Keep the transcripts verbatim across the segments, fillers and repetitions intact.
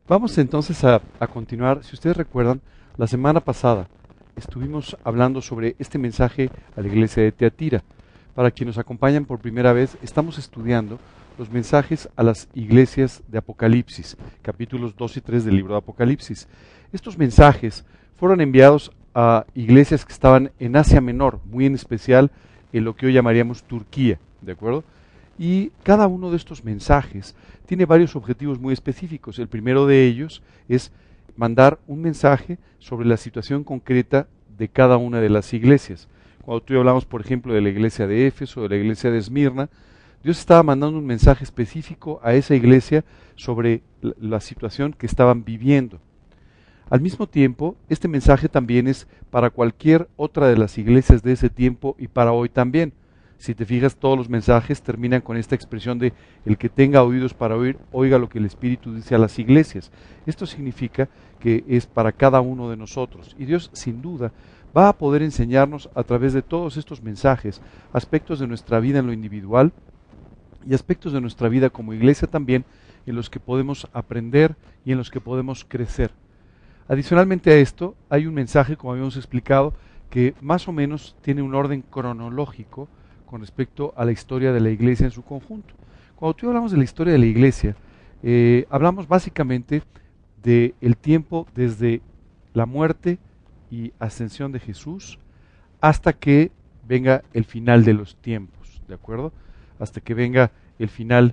Vamos entonces a, a continuar. Si ustedes recuerdan, la semana pasada estuvimos hablando sobre este mensaje a la iglesia de Tiatira. Para quienes nos acompañan por primera vez, estamos estudiando los mensajes a las iglesias de Apocalipsis, capítulos dos y tres del libro de Apocalipsis. Estos mensajes fueron enviados a iglesias que estaban en Asia Menor, muy en especial en lo que hoy llamaríamos Turquía, ¿de acuerdo? Y cada uno de estos mensajes tiene varios objetivos muy específicos. El primero de ellos es mandar un mensaje sobre la situación concreta de cada una de las iglesias. Cuando tú y yo hablamos, por ejemplo, de la iglesia de Éfeso, de la iglesia de Esmirna, Dios estaba mandando un mensaje específico a esa iglesia sobre la, la situación que estaban viviendo. Al mismo tiempo, este mensaje también es para cualquier otra de las iglesias de ese tiempo y para hoy también. Si te fijas, todos los mensajes terminan con esta expresión de el que tenga oídos para oír, oiga lo que el Espíritu dice a las iglesias. Esto significa que es para cada uno de nosotros. Y Dios, sin duda, va a poder enseñarnos a través de todos estos mensajes aspectos de nuestra vida en lo individual y aspectos de nuestra vida como iglesia también, en los que podemos aprender y en los que podemos crecer. Adicionalmente a esto, hay un mensaje, como habíamos explicado, que más o menos tiene un orden cronológico con respecto a la historia de la iglesia en su conjunto. Cuando tú hablamos de la historia de la iglesia, eh, hablamos básicamente del tiempo desde la muerte y ascensión de Jesús hasta que venga el final de los tiempos, ¿de acuerdo? Hasta que venga el final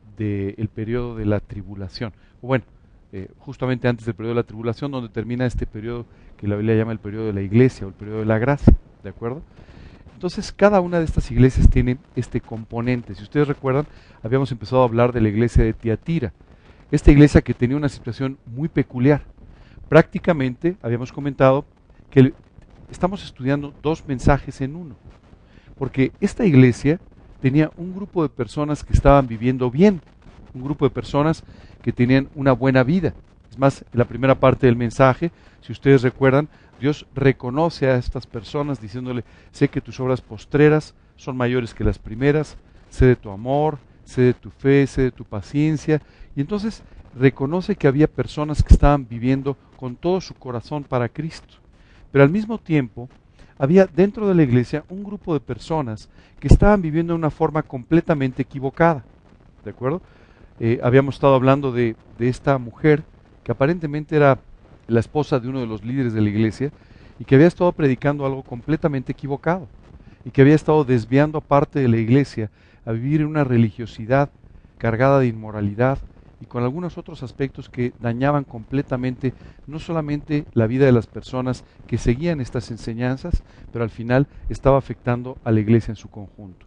del periodo de la tribulación. O bueno, eh, justamente antes del periodo de la tribulación, donde termina este periodo que la Biblia llama el periodo de la iglesia o el periodo de la gracia, ¿de acuerdo? Entonces, cada una de estas iglesias tiene este componente. Si ustedes recuerdan, habíamos empezado a hablar de la iglesia de Tiatira. Esta iglesia que tenía una situación muy peculiar. Prácticamente, habíamos comentado que estamos estudiando dos mensajes en uno. Porque esta iglesia tenía un grupo de personas que estaban viviendo bien. Un grupo de personas que tenían una buena vida. Es más, en la primera parte del mensaje, si ustedes recuerdan, Dios reconoce a estas personas diciéndole, sé que tus obras postreras son mayores que las primeras, sé de tu amor, sé de tu fe, sé de tu paciencia. Y entonces reconoce que había personas que estaban viviendo con todo su corazón para Cristo. Pero al mismo tiempo, había dentro de la iglesia un grupo de personas que estaban viviendo de una forma completamente equivocada. ¿De acuerdo? Eh, habíamos estado hablando de, de esta mujer que aparentemente era la esposa de uno de los líderes de la iglesia, y que había estado predicando algo completamente equivocado, y que había estado desviando a parte de la iglesia a vivir en una religiosidad cargada de inmoralidad, y con algunos otros aspectos que dañaban completamente no solamente la vida de las personas que seguían estas enseñanzas, pero al final estaba afectando a la iglesia en su conjunto.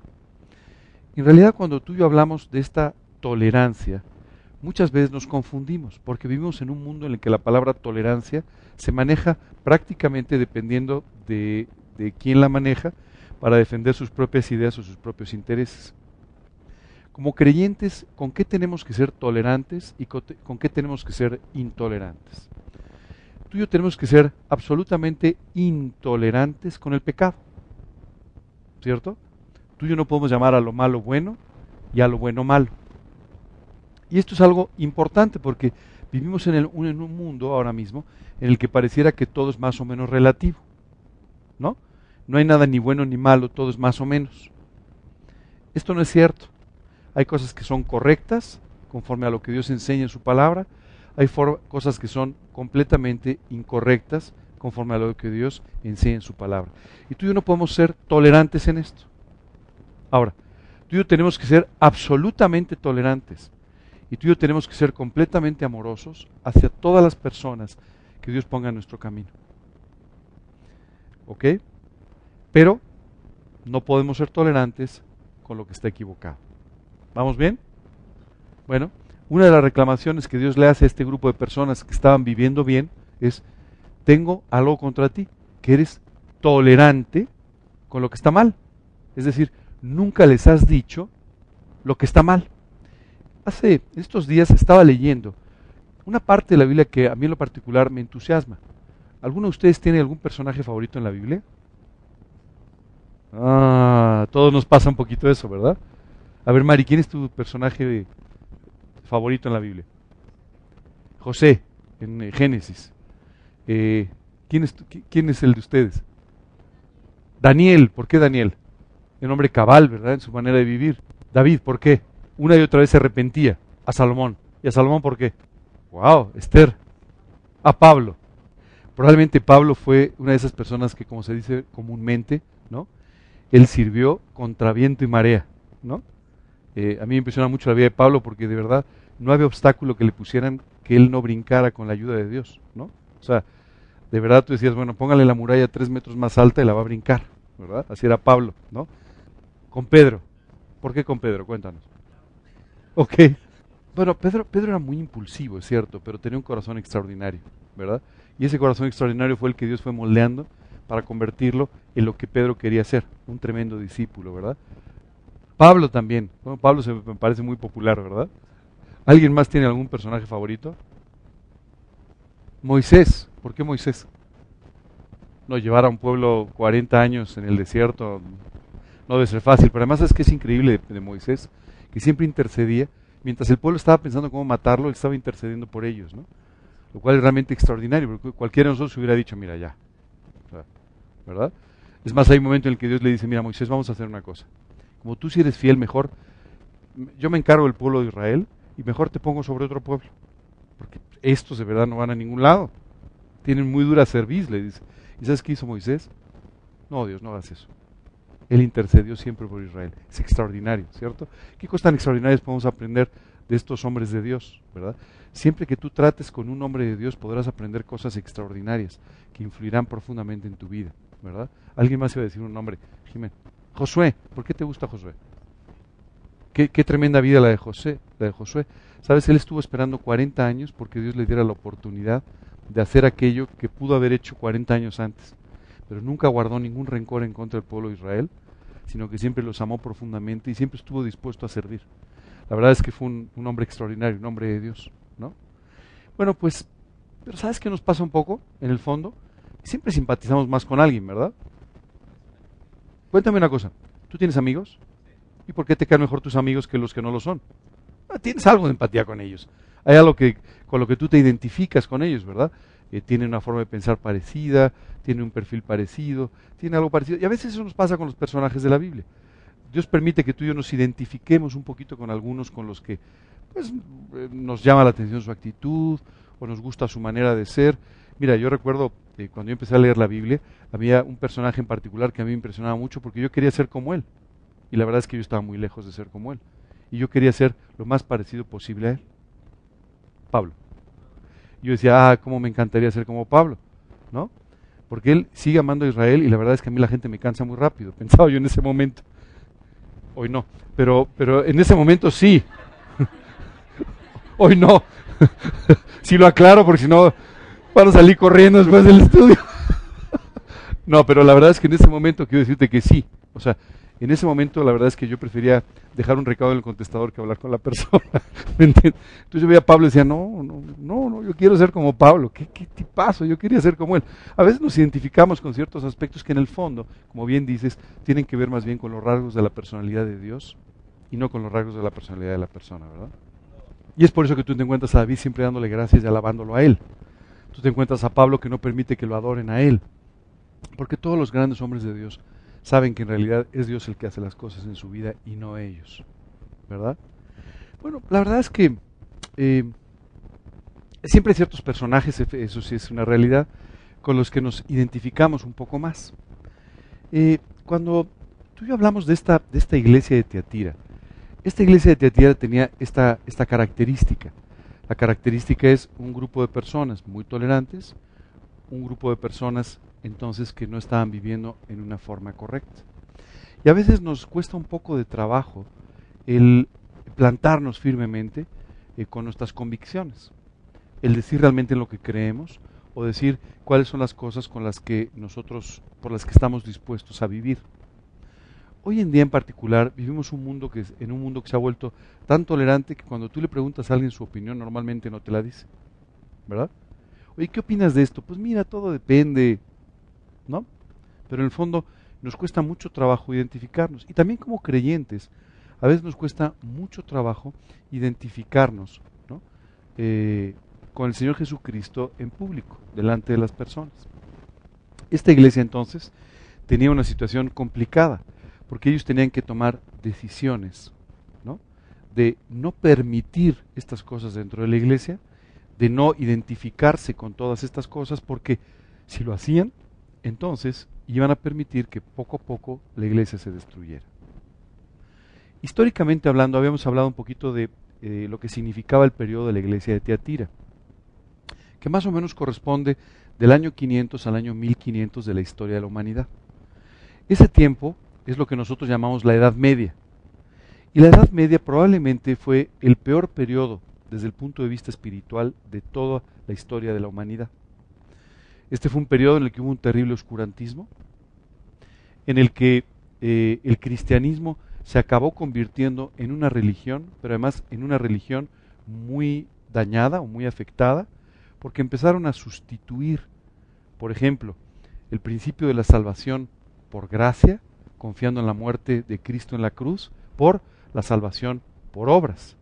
En realidad, cuando tú y yo hablamos de esta tolerancia, muchas veces nos confundimos porque vivimos en un mundo en el que la palabra tolerancia se maneja prácticamente dependiendo de, de quién la maneja para defender sus propias ideas o sus propios intereses. Como creyentes, ¿con qué tenemos que ser tolerantes y con, con qué tenemos que ser intolerantes? Tú y yo tenemos que ser absolutamente intolerantes con el pecado, ¿cierto? Tú y yo no podemos llamar a lo malo bueno y a lo bueno malo. Y esto es algo importante porque vivimos en, el, en un mundo ahora mismo en el que pareciera que todo es más o menos relativo, ¿no? No hay nada ni bueno ni malo, todo es más o menos. Esto no es cierto. Hay cosas que son correctas, conforme a lo que Dios enseña en su palabra. Hay for- cosas que son completamente incorrectas, conforme a lo que Dios enseña en su palabra. Y tú y yo no podemos ser tolerantes en esto. Ahora, tú y yo tenemos que ser absolutamente tolerantes. Y tú y yo tenemos que ser completamente amorosos hacia todas las personas que Dios ponga en nuestro camino. ¿Ok? Pero no podemos ser tolerantes con lo que está equivocado. ¿Vamos bien? Bueno, una de las reclamaciones que Dios le hace a este grupo de personas que estaban viviendo bien es, tengo algo contra ti, que eres tolerante con lo que está mal. Es decir, nunca les has dicho lo que está mal. Hace estos días estaba leyendo una parte de la Biblia que a mí en lo particular me entusiasma. ¿Alguno de ustedes tiene algún personaje favorito en la Biblia? Ah, a todos nos pasa un poquito eso, ¿verdad? A ver, Mari, ¿quién es tu personaje favorito en la Biblia? José, en eh, Génesis. Eh, ¿quién, es, ¿Quién es el de ustedes? Daniel, ¿por qué Daniel? Un hombre cabal, ¿verdad? En su manera de vivir. David, ¿por qué? Una y otra vez se arrepentía. A Salomón. ¿Y a Salomón por qué? Wow, Esther. A Pablo. Probablemente Pablo fue una de esas personas que, como se dice comúnmente, ¿no? Él sirvió contra viento y marea, ¿no? Eh, a mí me impresiona mucho la vida de Pablo porque de verdad no había obstáculo que le pusieran que él no brincara con la ayuda de Dios, ¿no? O sea, de verdad tú decías, bueno, póngale la muralla tres metros más alta y la va a brincar, ¿verdad? Así era Pablo, ¿no? Con Pedro. ¿Por qué con Pedro? Cuéntanos. Ok. Bueno, Pedro, Pedro era muy impulsivo, es cierto, pero tenía un corazón extraordinario, ¿verdad? Y ese corazón extraordinario fue el que Dios fue moldeando para convertirlo en lo que Pedro quería ser, un tremendo discípulo, ¿verdad? Pablo también. Bueno, Pablo se me parece muy popular, ¿verdad? ¿Alguien más tiene algún personaje favorito? Moisés. ¿Por qué Moisés? No, llevar a un pueblo cuarenta años en el desierto no debe ser fácil, pero además es que es increíble de, de Moisés, que siempre intercedía, mientras el pueblo estaba pensando cómo matarlo, él estaba intercediendo por ellos, ¿no? Lo cual es realmente extraordinario, porque cualquiera de nosotros hubiera dicho, mira, ya, ¿verdad? Es más, hay un momento en el que Dios le dice, mira, Moisés, vamos a hacer una cosa. Como tú si eres fiel, mejor, yo me encargo del pueblo de Israel y mejor te pongo sobre otro pueblo, porque estos de verdad no van a ningún lado. Tienen muy dura cerviz, le dice. ¿Y sabes qué hizo Moisés? No, Dios, no hagas eso. Él intercedió siempre por Israel. Es extraordinario, ¿cierto? ¿Qué cosas tan extraordinarias podemos aprender de estos hombres de Dios, verdad? Siempre que tú trates con un hombre de Dios podrás aprender cosas extraordinarias que influirán profundamente en tu vida, ¿verdad? Alguien más iba a decir un nombre, Jiménez. Josué, ¿por qué te gusta Josué? Qué, qué tremenda vida la de José, la de Josué. Sabes, él estuvo esperando cuarenta años porque Dios le diera la oportunidad de hacer aquello que pudo haber hecho cuarenta años antes. Pero nunca guardó ningún rencor en contra del pueblo de Israel, sino que siempre los amó profundamente y siempre estuvo dispuesto a servir. La verdad es que fue un, un hombre extraordinario, un hombre de Dios, ¿no? Bueno, pues, pero ¿sabes qué nos pasa un poco, en el fondo? Siempre simpatizamos más con alguien, ¿verdad? Cuéntame una cosa, ¿tú tienes amigos? ¿Y por qué te caen mejor tus amigos que los que no lo son? Ah, tienes algo de empatía con ellos. Hay algo que, con lo que tú te identificas con ellos, ¿verdad? Eh, tienen una forma de pensar parecida, tienen un perfil parecido, tienen algo parecido. Y a veces eso nos pasa con los personajes de la Biblia. Dios permite que tú y yo nos identifiquemos un poquito con algunos con los que pues, eh, nos llama la atención su actitud o nos gusta su manera de ser. Mira, yo recuerdo eh, cuando yo empecé a leer la Biblia, había un personaje en particular que a mí me impresionaba mucho porque yo quería ser como él. Y la verdad es que yo estaba muy lejos de ser como él. Y yo quería ser lo más parecido posible a él. Pablo. Yo decía, ah, cómo me encantaría ser como Pablo, ¿no? Porque él sigue amando a Israel y la verdad es que a mí la gente me cansa muy rápido. Pensaba yo en ese momento. Hoy no, pero, pero en ese momento sí. Hoy no. Sí lo aclaro porque si no van a salir corriendo después del estudio. No, pero la verdad es que en ese momento quiero decirte que sí. O sea, en ese momento la verdad es que yo prefería dejar un recado en el contestador que hablar con la persona. ¿Me entiendes? Entonces yo veía a Pablo y decía, no, no, no, no, yo quiero ser como Pablo. ¿Qué, qué tipazo? Yo quería ser como él. A veces nos identificamos con ciertos aspectos que en el fondo, como bien dices, tienen que ver más bien con los rasgos de la personalidad de Dios y no con los rasgos de la personalidad de la persona, ¿verdad? Y es por eso que tú te encuentras a David siempre dándole gracias y alabándolo a él. Tú te encuentras a Pablo que no permite que lo adoren a él. Porque todos los grandes hombres de Dios saben que en realidad es Dios el que hace las cosas en su vida y no ellos, ¿verdad? Bueno, la verdad es que eh, siempre hay ciertos personajes, eso sí es una realidad, con los que nos identificamos un poco más. Eh, cuando tú y yo hablamos de esta, de esta iglesia de Tiatira, esta iglesia de Tiatira tenía esta, esta característica. La característica es un grupo de personas muy tolerantes, un grupo de personas entonces que no estaban viviendo en una forma correcta. Y a veces nos cuesta un poco de trabajo el plantarnos firmemente eh, con nuestras convicciones, el decir realmente en lo que creemos o decir cuáles son las cosas con las que nosotros, por las que estamos dispuestos a vivir. Hoy en día en particular vivimos un mundo que en un mundo que se ha vuelto tan tolerante que cuando tú le preguntas a alguien su opinión normalmente no te la dice, ¿verdad? Oye, ¿qué opinas de esto? Pues mira, todo depende, ¿no? Pero en el fondo nos cuesta mucho trabajo identificarnos. Y también como creyentes, a veces nos cuesta mucho trabajo identificarnos, ¿no? Eh, con el Señor Jesucristo en público, delante de las personas. Esta iglesia entonces tenía una situación complicada, porque ellos tenían que tomar decisiones, ¿no?, de no permitir estas cosas dentro de la iglesia, de no identificarse con todas estas cosas, porque si lo hacían, entonces iban a permitir que poco a poco la iglesia se destruyera. Históricamente hablando, habíamos hablado un poquito de eh, lo que significaba el periodo de la iglesia de Tiatira, que más o menos corresponde del año quinientos al año mil quinientos de la historia de la humanidad. Ese tiempo es lo que nosotros llamamos la Edad Media. Y la Edad Media probablemente fue el peor periodo desde el punto de vista espiritual de toda la historia de la humanidad. Este fue un periodo en el que hubo un terrible oscurantismo, en el que eh, el cristianismo se acabó convirtiendo en una religión, pero además en una religión muy dañada o muy afectada, porque empezaron a sustituir, por ejemplo, el principio de la salvación por gracia, confiando en la muerte de Cristo en la cruz, por la salvación por obras.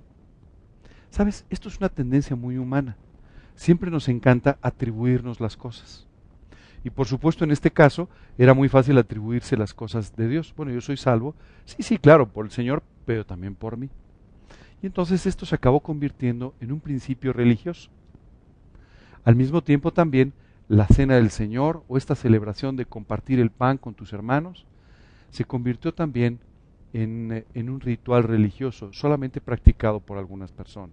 ¿Sabes? Esto es una tendencia muy humana. Siempre nos encanta atribuirnos las cosas. Y por supuesto en este caso era muy fácil atribuirse las cosas de Dios. Bueno, yo soy salvo, sí, sí, claro, por el Señor, pero también por mí. Y entonces esto se acabó convirtiendo en un principio religioso. Al mismo tiempo también la cena del Señor o esta celebración de compartir el pan con tus hermanos se convirtió también en, en un ritual religioso solamente practicado por algunas personas.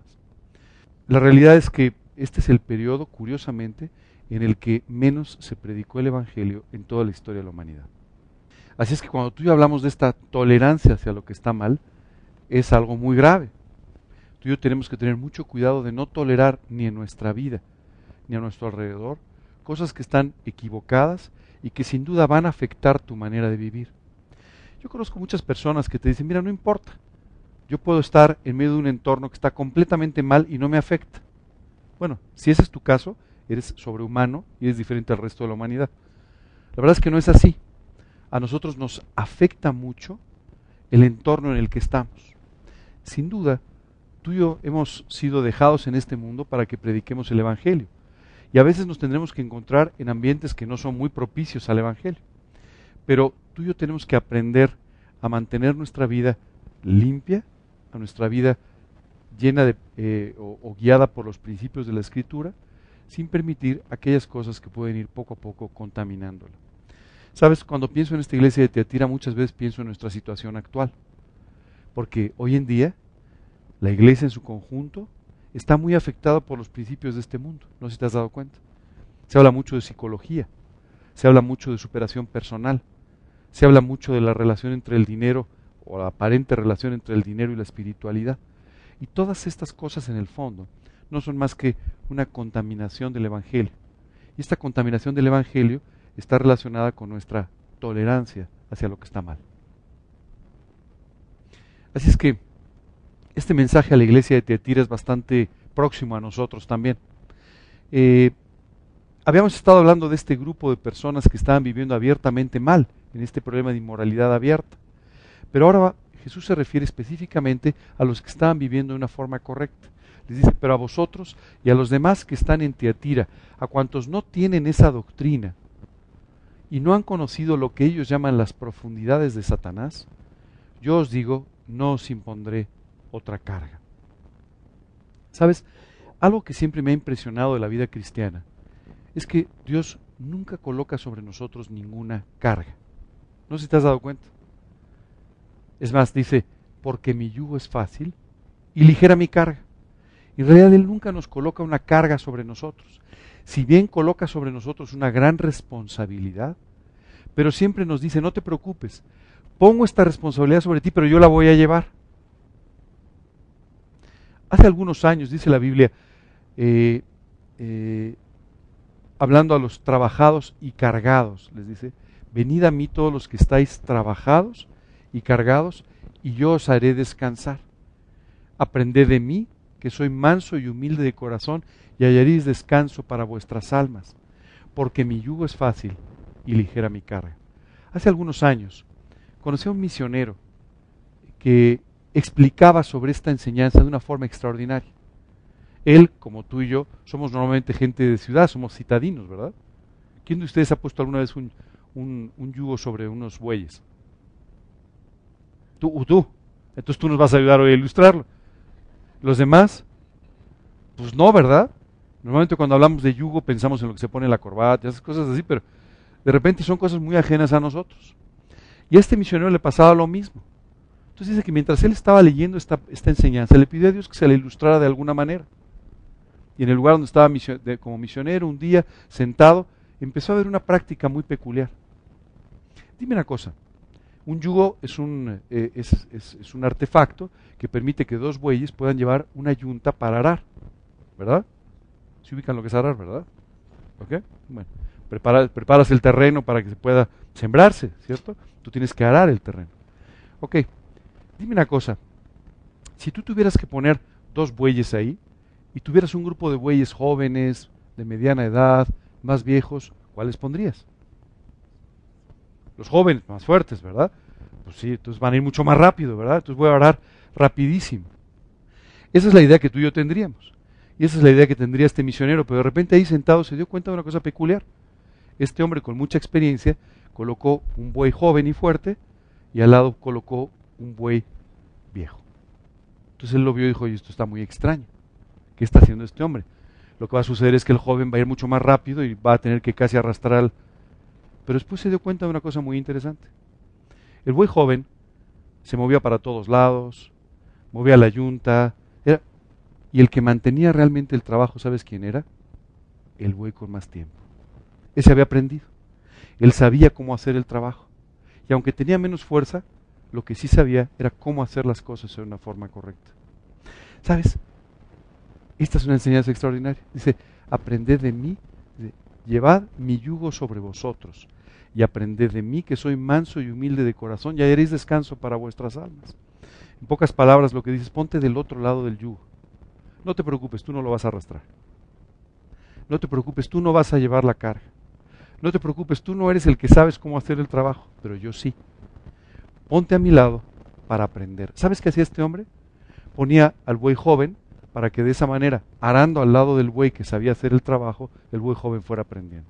La realidad es que este es el periodo, curiosamente, en el que menos se predicó el Evangelio en toda la historia de la humanidad. Así es que cuando tú y yo hablamos de esta tolerancia hacia lo que está mal, es algo muy grave. Tú y yo tenemos que tener mucho cuidado de no tolerar ni en nuestra vida, ni a nuestro alrededor, cosas que están equivocadas y que sin duda van a afectar tu manera de vivir. Yo conozco muchas personas que te dicen, mira, no importa, yo puedo estar en medio de un entorno que está completamente mal y no me afecta. Bueno, si ese es tu caso, eres sobrehumano y eres diferente al resto de la humanidad. La verdad es que no es así. A nosotros nos afecta mucho el entorno en el que estamos. Sin duda, tú y yo hemos sido dejados en este mundo para que prediquemos el Evangelio. Y a veces nos tendremos que encontrar en ambientes que no son muy propicios al Evangelio. Pero tú y yo tenemos que aprender a mantener nuestra vida limpia, a nuestra vida llena de, eh, o, o guiada por los principios de la Escritura, sin permitir aquellas cosas que pueden ir poco a poco contaminándola. Sabes, cuando pienso en esta iglesia de Tiatira, muchas veces pienso en nuestra situación actual, porque hoy en día la iglesia en su conjunto está muy afectada por los principios de este mundo. No sé si te has dado cuenta. Se habla mucho de psicología, se habla mucho de superación personal, se habla mucho de la relación entre el dinero o la aparente relación entre el dinero y la espiritualidad. Y todas estas cosas en el fondo no son más que una contaminación del Evangelio. Y esta contaminación del Evangelio está relacionada con nuestra tolerancia hacia lo que está mal. Así es que este mensaje a la iglesia de Tiatira es bastante próximo a nosotros también. Eh, habíamos estado hablando de este grupo de personas que estaban viviendo abiertamente mal en este problema de inmoralidad abierta. Pero ahora Jesús se refiere específicamente a los que estaban viviendo de una forma correcta. Les dice, pero a vosotros y a los demás que están en Tiatira, a cuantos no tienen esa doctrina y no han conocido lo que ellos llaman las profundidades de Satanás, yo os digo, no os impondré otra carga. ¿Sabes? Algo que siempre me ha impresionado de la vida cristiana es que Dios nunca coloca sobre nosotros ninguna carga. No sé si te has dado cuenta. Es más, dice, porque mi yugo es fácil y ligera mi carga. En realidad Él nunca nos coloca una carga sobre nosotros. Si bien coloca sobre nosotros una gran responsabilidad, pero siempre nos dice, no te preocupes, pongo esta responsabilidad sobre ti, pero yo la voy a llevar. Hace algunos años, dice la Biblia, eh, eh, hablando a los trabajados y cargados, les dice, venid a mí todos los que estáis trabajados y cargados, y yo os haré descansar. Aprended de mí, que soy manso y humilde de corazón, y hallaréis descanso para vuestras almas, porque mi yugo es fácil y ligera mi carga. Hace algunos años conocí a un misionero que explicaba sobre esta enseñanza de una forma extraordinaria. Él, como tú y yo, somos normalmente gente de ciudad, somos citadinos, ¿verdad? ¿Quién de ustedes ha puesto alguna vez un, un, un yugo sobre unos bueyes? Tú, tú. Entonces tú nos vas a ayudar hoy a ilustrarlo. ¿Los demás? Pues no, ¿verdad? Normalmente cuando hablamos de yugo pensamos en lo que se pone en la corbata, esas cosas así, pero de repente son cosas muy ajenas a nosotros. Y a este misionero le pasaba lo mismo. Entonces dice que mientras él estaba leyendo esta, esta enseñanza, le pidió a Dios que se la ilustrara de alguna manera. Y en el lugar donde estaba misión, de, como misionero, un día, sentado, empezó a ver una práctica muy peculiar. Dime una cosa, un yugo es un, eh, es, es, es un artefacto que permite que dos bueyes puedan llevar una yunta para arar, ¿verdad? Se ubican lo que es arar, ¿verdad? ¿Ok? Bueno, prepara, preparas el terreno para que se pueda sembrarse, ¿cierto? Tú tienes que arar el terreno. Ok, dime una cosa, si tú tuvieras que poner dos bueyes ahí y tuvieras un grupo de bueyes jóvenes, de mediana edad, más viejos, ¿cuáles pondrías? Los jóvenes, más fuertes, ¿verdad? Pues sí, entonces van a ir mucho más rápido, ¿verdad? Entonces voy a arar rapidísimo. Esa es la idea que tú y yo tendríamos. Y esa es la idea que tendría este misionero, pero de repente ahí sentado se dio cuenta de una cosa peculiar. Este hombre con mucha experiencia colocó un buey joven y fuerte y al lado colocó un buey viejo. Entonces él lo vio y dijo, oye, esto está muy extraño. ¿Qué está haciendo este hombre? Lo que va a suceder es que el joven va a ir mucho más rápido y va a tener que casi arrastrar al... Pero después se dio cuenta de una cosa muy interesante. El buey joven se movía para todos lados, movía la yunta, era... y el que mantenía realmente el trabajo, ¿sabes quién era? El buey con más tiempo. Ese había aprendido. Él sabía cómo hacer el trabajo. Y aunque tenía menos fuerza, lo que sí sabía era cómo hacer las cosas de una forma correcta. ¿Sabes? Esta es una enseñanza extraordinaria. Dice, aprended de mí, dice, llevad mi yugo sobre vosotros y aprended de mí que soy manso y humilde de corazón y hallaréis descanso para vuestras almas. En pocas palabras lo que dices, ponte del otro lado del yugo. No te preocupes, tú no lo vas a arrastrar. No te preocupes, tú no vas a llevar la carga. No te preocupes, tú no eres el que sabes cómo hacer el trabajo, pero yo sí. Ponte a mi lado para aprender. ¿Sabes qué hacía este hombre? Ponía al buey joven para que de esa manera, arando al lado del buey que sabía hacer el trabajo, el buey joven fuera aprendiendo.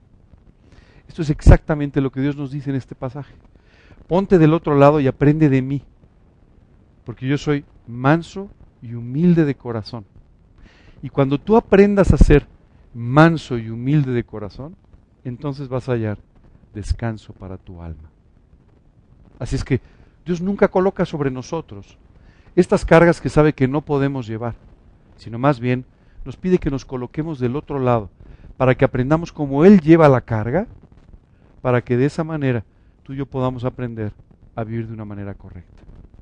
Esto es exactamente lo que Dios nos dice en este pasaje. Ponte del otro lado y aprende de mí, porque yo soy manso y humilde de corazón. Y cuando tú aprendas a ser manso y humilde de corazón, entonces vas a hallar descanso para tu alma. Así es que Dios nunca coloca sobre nosotros estas cargas que sabe que no podemos llevar, sino más bien nos pide que nos coloquemos del otro lado, para que aprendamos cómo Él lleva la carga, para que de esa manera tú y yo podamos aprender a vivir de una manera correcta.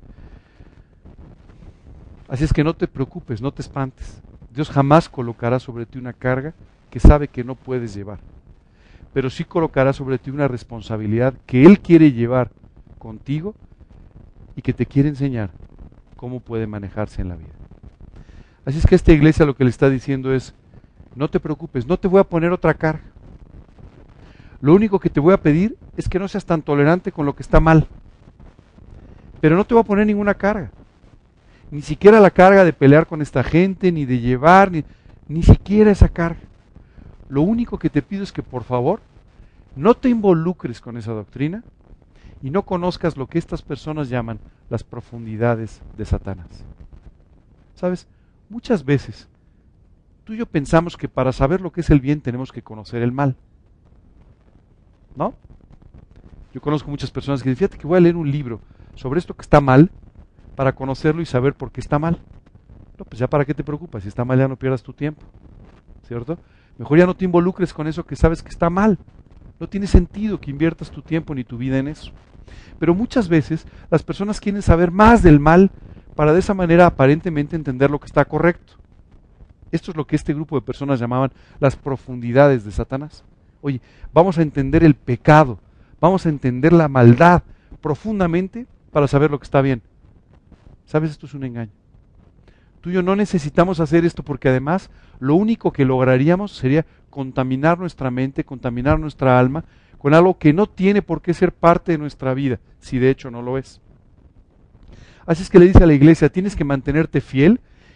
Así es que no te preocupes, no te espantes. Dios jamás colocará sobre ti una carga que sabe que no puedes llevar, pero sí colocará sobre ti una responsabilidad que Él quiere llevar contigo y que te quiere enseñar cómo puede manejarse en la vida. Así es que esta iglesia lo que le está diciendo es, no te preocupes, no te voy a poner otra carga. Lo único que te voy a pedir es que no seas tan tolerante con lo que está mal. Pero no te voy a poner ninguna carga. Ni siquiera la carga de pelear con esta gente, ni de llevar, ni, ni siquiera esa carga. Lo único que te pido es que por favor no te involucres con esa doctrina y no conozcas lo que estas personas llaman las profundidades de Satanás. ¿Sabes? Muchas veces tú y yo pensamos que para saber lo que es el bien tenemos que conocer el mal. ¿No? Yo conozco muchas personas que dicen, fíjate que voy a leer un libro sobre esto que está mal para conocerlo y saber por qué está mal. No, pues ya para qué te preocupas, si está mal ya no pierdas tu tiempo, ¿cierto? Mejor ya no te involucres con eso que sabes que está mal. No tiene sentido que inviertas tu tiempo ni tu vida en eso. Pero muchas veces las personas quieren saber más del mal para de esa manera aparentemente entender lo que está correcto. Esto es lo que este grupo de personas llamaban las profundidades de Satanás. Oye, vamos a entender el pecado, vamos a entender la maldad profundamente para saber lo que está bien. ¿Sabes? Esto es un engaño. Tú y yo no necesitamos hacer esto porque además lo único que lograríamos sería contaminar nuestra mente, contaminar nuestra alma con algo que no tiene por qué ser parte de nuestra vida, si de hecho no lo es. Así es que le dice a la iglesia, tienes que mantenerte fiel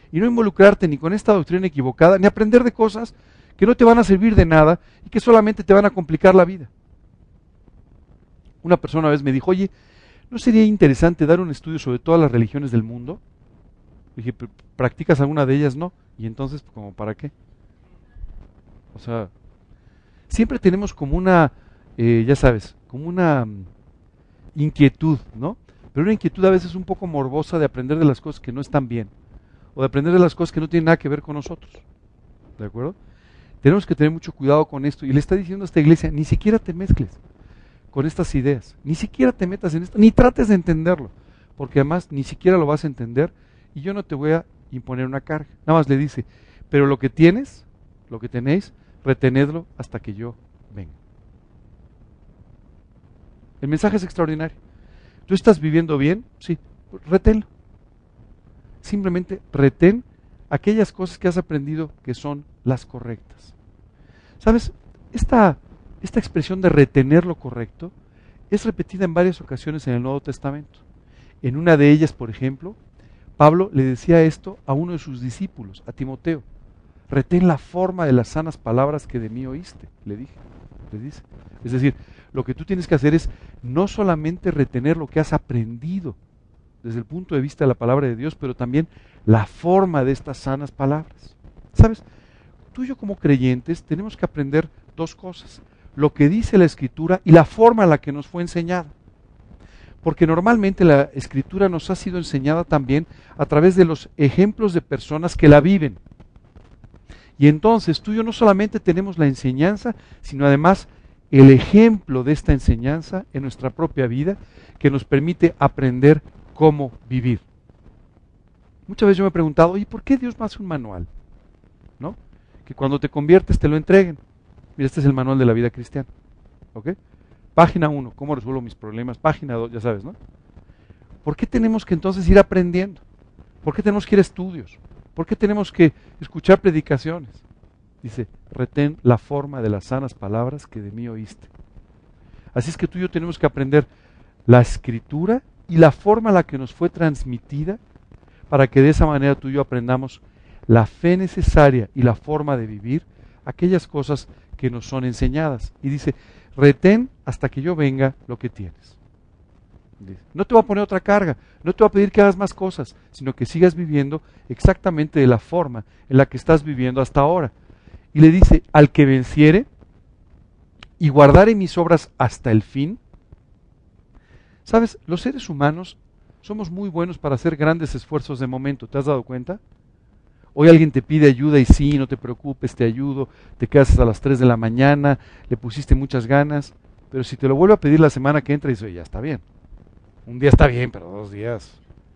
y no involucrarte ni con esta doctrina equivocada, ni aprender de cosas que no te van a servir de nada y que solamente te van a complicar la vida. Una persona una vez me dijo, oye, ¿no sería interesante dar un estudio sobre todas las religiones del mundo? Le dije, ¿practicas alguna de ellas? No. Y entonces, ¿como para qué? O sea, siempre tenemos como una, eh, ya sabes, como una um, inquietud, ¿no? Pero una inquietud a veces un poco morbosa de aprender de las cosas que no están bien, o de aprender de las cosas que no tienen nada que ver con nosotros. ¿De acuerdo? Tenemos que tener mucho cuidado con esto. Y le está diciendo a esta iglesia, ni siquiera te mezcles con estas ideas, ni siquiera te metas en esto, ni trates de entenderlo, porque además ni siquiera lo vas a entender y yo no te voy a imponer una carga. Nada más le dice, pero lo que tienes, lo que tenéis, retenedlo hasta que yo venga. El mensaje es extraordinario. ¿Tú estás viviendo bien? Sí, reténlo. Simplemente retén aquellas cosas que has aprendido que son las correctas. ¿Sabes? Esta, esta expresión de retener lo correcto es repetida en varias ocasiones en el Nuevo Testamento. En una de ellas, por ejemplo, Pablo le decía esto a uno de sus discípulos, a Timoteo. Retén la forma de las sanas palabras que de mí oíste, le dije, le dice. Es decir, lo que tú tienes que hacer es no solamente retener lo que has aprendido desde el punto de vista de la palabra de Dios, pero también la forma de estas sanas palabras. ¿Sabes? Tú y yo como creyentes tenemos que aprender dos cosas, lo que dice la Escritura y la forma en la que nos fue enseñada. Porque normalmente la Escritura nos ha sido enseñada también a través de los ejemplos de personas que la viven. Y entonces tú y yo no solamente tenemos la enseñanza, sino además el ejemplo de esta enseñanza en nuestra propia vida que nos permite aprender cómo vivir. Muchas veces yo me he preguntado, ¿y por qué Dios no hace un manual? ¿No? Que cuando te conviertes te lo entreguen. Mira, este es el manual de la vida cristiana. ¿Ok? Página uno, ¿cómo resuelvo mis problemas? Página dos, ya sabes, ¿no? ¿Por qué tenemos que entonces ir aprendiendo? ¿Por qué tenemos que ir a estudios? ¿Por qué tenemos que escuchar predicaciones? Dice, retén la forma de las sanas palabras que de mí oíste. Así es que tú y yo tenemos que aprender la Escritura y la forma en la que nos fue transmitida para que de esa manera tú y yo aprendamos la fe necesaria y la forma de vivir aquellas cosas que nos son enseñadas. Y dice, retén hasta que yo venga lo que tienes. Dice, no te va a poner otra carga, no te va a pedir que hagas más cosas, sino que sigas viviendo exactamente de la forma en la que estás viviendo hasta ahora. Y le dice, al que venciere y guardare mis obras hasta el fin. ¿Sabes? Los seres humanos somos muy buenos para hacer grandes esfuerzos de momento, ¿te has dado cuenta? Hoy alguien te pide ayuda y sí, no te preocupes, te ayudo, te quedas hasta las tres de la mañana, le pusiste muchas ganas, pero si te lo vuelve a pedir la semana que entra, dices, oye, ya está bien. Un día está bien, pero dos días.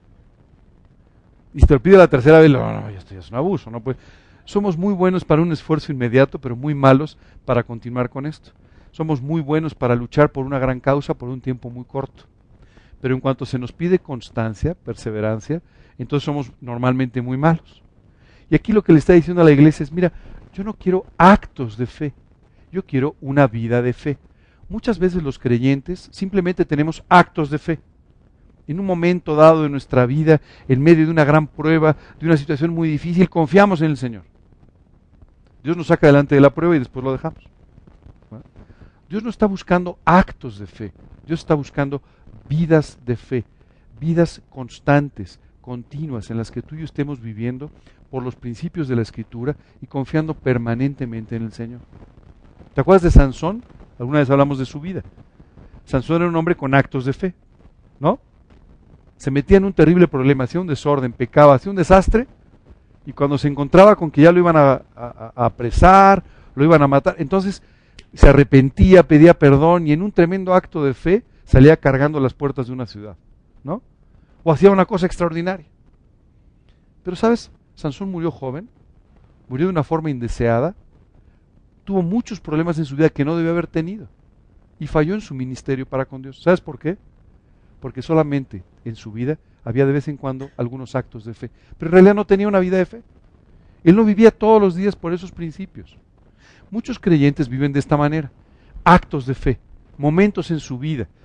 Y si te lo pide la tercera vez, no, no, esto ya es un abuso, ¿no? Pues somos muy buenos para un esfuerzo inmediato, pero muy malos para continuar con esto. Somos muy buenos para luchar por una gran causa por un tiempo muy corto. Pero en cuanto se nos pide constancia, perseverancia, entonces somos normalmente muy malos. Y aquí lo que le está diciendo a la iglesia es, mira, yo no quiero actos de fe, yo quiero una vida de fe. Muchas veces los creyentes simplemente tenemos actos de fe. En un momento dado de nuestra vida, en medio de una gran prueba, de una situación muy difícil, confiamos en el Señor. Dios nos saca delante de la prueba y después lo dejamos. ¿No? Dios no está buscando actos de fe, Dios está buscando vidas de fe, vidas constantes, continuas, en las que tú y yo estemos viviendo por los principios de la Escritura y confiando permanentemente en el Señor. ¿Te acuerdas de Sansón? Alguna vez hablamos de su vida. Sansón era un hombre con actos de fe, ¿no? Se metía en un terrible problema, hacía un desorden, pecaba, hacía un desastre, y cuando se encontraba con que ya lo iban a, a, a apresar, lo iban a matar, entonces se arrepentía, pedía perdón, y en un tremendo acto de fe salía cargando las puertas de una ciudad, ¿no? O hacía una cosa extraordinaria. Pero ¿sabes? Sansón murió joven, murió de una forma indeseada, tuvo muchos problemas en su vida que no debió haber tenido, y falló en su ministerio para con Dios. ¿Sabes por qué? Porque solamente en su vida había de vez en cuando algunos actos de fe, pero en realidad no tenía una vida de fe. Él no vivía todos los días por esos principios. Muchos creyentes viven de esta manera, actos de fe, momentos en su vida,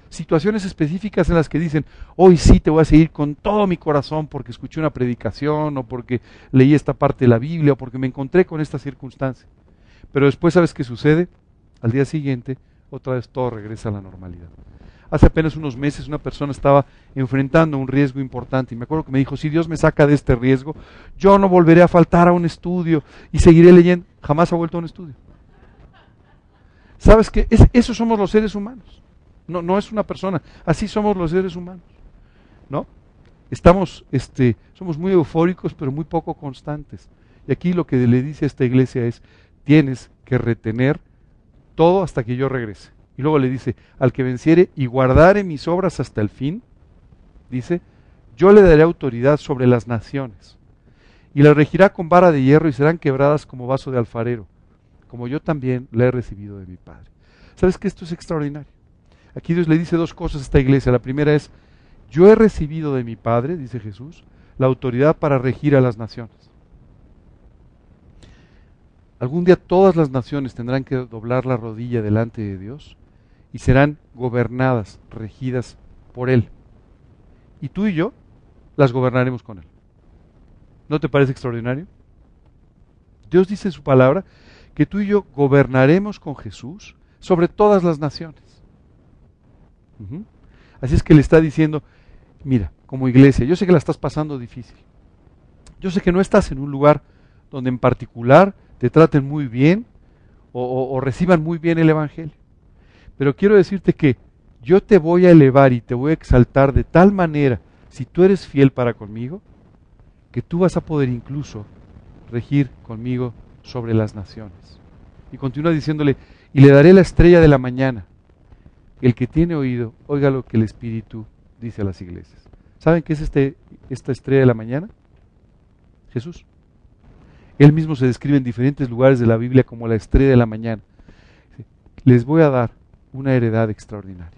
situaciones específicas en las que dicen, hoy sí te voy a seguir con todo mi corazón porque escuché una predicación o porque leí esta parte de la Biblia o porque me encontré con esta circunstancia. Pero después, ¿sabes qué sucede? Al día siguiente, otra vez todo regresa a la normalidad. Hace apenas unos meses una persona estaba enfrentando un riesgo importante y me acuerdo que me dijo, si Dios me saca de este riesgo, yo no volveré a faltar a un estudio y seguiré leyendo. Jamás ha vuelto a un estudio. ¿Sabes qué? Es, esos somos los seres humanos. No, no es una persona, así somos los seres humanos, ¿no? Estamos, este, somos muy eufóricos, pero muy poco constantes. Y aquí lo que le dice a esta iglesia es, tienes que retener todo hasta que yo regrese. Y luego le dice, al que venciere y guardare mis obras hasta el fin, dice, yo le daré autoridad sobre las naciones, y las regirá con vara de hierro y serán quebradas como vaso de alfarero, como yo también la he recibido de mi Padre. ¿Sabes que esto es extraordinario? Aquí Dios le dice dos cosas a esta iglesia. La primera es, yo he recibido de mi Padre, dice Jesús, la autoridad para regir a las naciones. Algún día todas las naciones tendrán que doblar la rodilla delante de Dios y serán gobernadas, regidas por Él. Y tú y yo las gobernaremos con Él. ¿No te parece extraordinario? Dios dice en su palabra que tú y yo gobernaremos con Jesús sobre todas las naciones. Uh-huh. Así es que le está diciendo, mira, como iglesia, yo sé que la estás pasando difícil. Yo sé que no estás en un lugar donde en particular te traten muy bien o, o, o reciban muy bien el Evangelio. Pero quiero decirte que yo te voy a elevar y te voy a exaltar de tal manera, si tú eres fiel para conmigo, que tú vas a poder incluso regir conmigo sobre las naciones. Y continúa diciéndole, y le daré la estrella de la mañana. El que tiene oído, oiga lo que el Espíritu dice a las iglesias. ¿Saben qué es este, esta estrella de la mañana? Jesús. Él mismo se describe en diferentes lugares de la Biblia como la estrella de la mañana. Les voy a dar una heredad extraordinaria.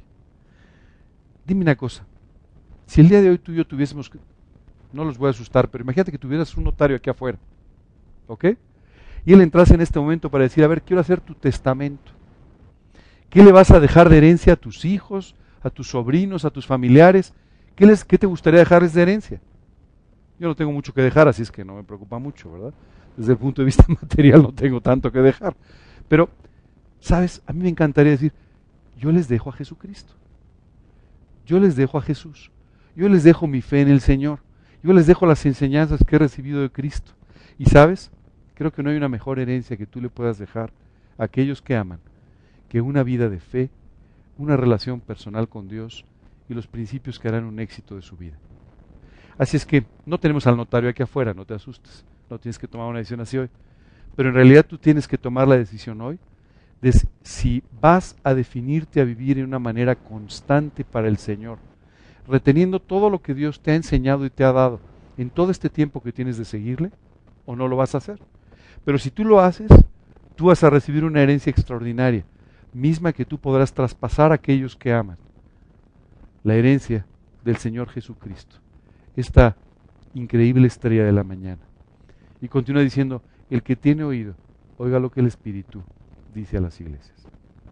Dime una cosa, si el día de hoy tú y yo tuviésemos, no los voy a asustar, pero imagínate que tuvieras un notario aquí afuera, ¿ok? Y él entrase en este momento para decir, a ver, quiero hacer tu testamento. ¿Qué le vas a dejar de herencia a tus hijos, a tus sobrinos, a tus familiares? ¿Qué, les, qué te gustaría dejarles de herencia? Yo no tengo mucho que dejar, así es que no me preocupa mucho, ¿verdad? Desde el punto de vista material no tengo tanto que dejar. Pero, ¿sabes? A mí me encantaría decir, yo les dejo a Jesucristo. Yo les dejo a Jesús. Yo les dejo mi fe en el Señor. Yo les dejo las enseñanzas que he recibido de Cristo. Y ¿sabes? Creo que no hay una mejor herencia que tú le puedas dejar a aquellos que aman que una vida de fe, una relación personal con Dios y los principios que harán un éxito de su vida. Así es que no tenemos al notario aquí afuera, no te asustes, no tienes que tomar una decisión así hoy, pero en realidad tú tienes que tomar la decisión hoy de si vas a definirte a vivir de una manera constante para el Señor, reteniendo todo lo que Dios te ha enseñado y te ha dado en todo este tiempo que tienes de seguirle, o no lo vas a hacer. Pero si tú lo haces, tú vas a recibir una herencia extraordinaria, misma que tú podrás traspasar a aquellos que aman. La herencia del Señor Jesucristo, esta increíble estrella de la mañana. Y continúa diciendo, el que tiene oído, oiga lo que el Espíritu dice a las iglesias.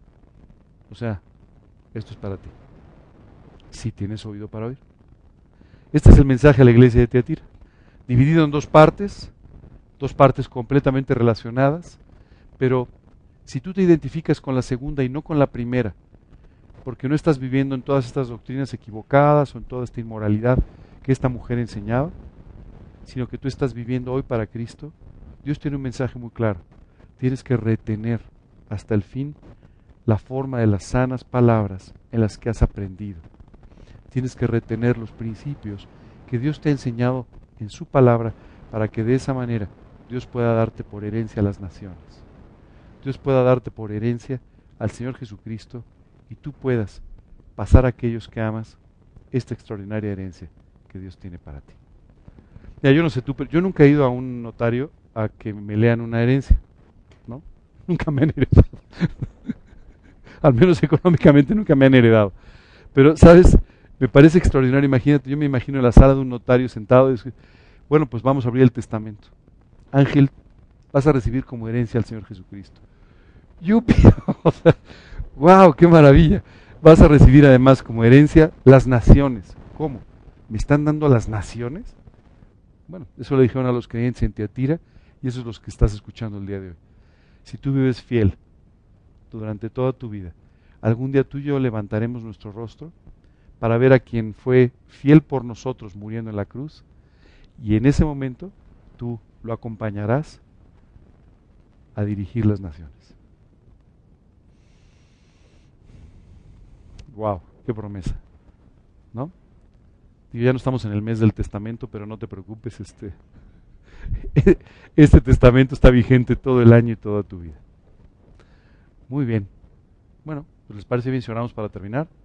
O sea, esto es para ti. Si tienes oído para oír. Este es el mensaje a la iglesia de Tiatira, dividido en dos partes, dos partes completamente relacionadas, pero si tú te identificas con la segunda y no con la primera, porque no estás viviendo en todas estas doctrinas equivocadas o en toda esta inmoralidad que esta mujer enseñaba, sino que tú estás viviendo hoy para Cristo, Dios tiene un mensaje muy claro. Tienes que retener hasta el fin la forma de las sanas palabras en las que has aprendido. Tienes que retener los principios que Dios te ha enseñado en su palabra para que de esa manera Dios pueda darte por herencia a las naciones. Dios pueda darte por herencia al Señor Jesucristo y tú puedas pasar a aquellos que amas esta extraordinaria herencia que Dios tiene para ti. Ya, yo no sé tú, pero yo nunca he ido a un notario a que me lean una herencia, ¿no? Nunca me han heredado. Al menos económicamente nunca me han heredado. Pero, ¿sabes? Me parece extraordinario. Imagínate, yo me imagino en la sala de un notario sentado y decir, bueno, pues vamos a abrir el testamento. Ángel, vas a recibir como herencia al Señor Jesucristo. ¡Yupi! O sea, ¡wow! ¡Qué maravilla! Vas a recibir además como herencia las naciones. ¿Cómo? ¿Me están dando las naciones? Bueno, eso le dijeron a los creyentes en Tiatira y eso es lo que estás escuchando el día de hoy. Si tú vives fiel durante toda tu vida, algún día tú y yo levantaremos nuestro rostro para ver a quien fue fiel por nosotros muriendo en la cruz, y en ese momento tú lo acompañarás a dirigir las naciones. Wow, qué promesa, ¿no? Digo, ya no estamos en el mes del testamento, pero no te preocupes, este, este testamento está vigente todo el año y toda tu vida. Muy bien. Bueno, pues les parece bien si oramos para terminar.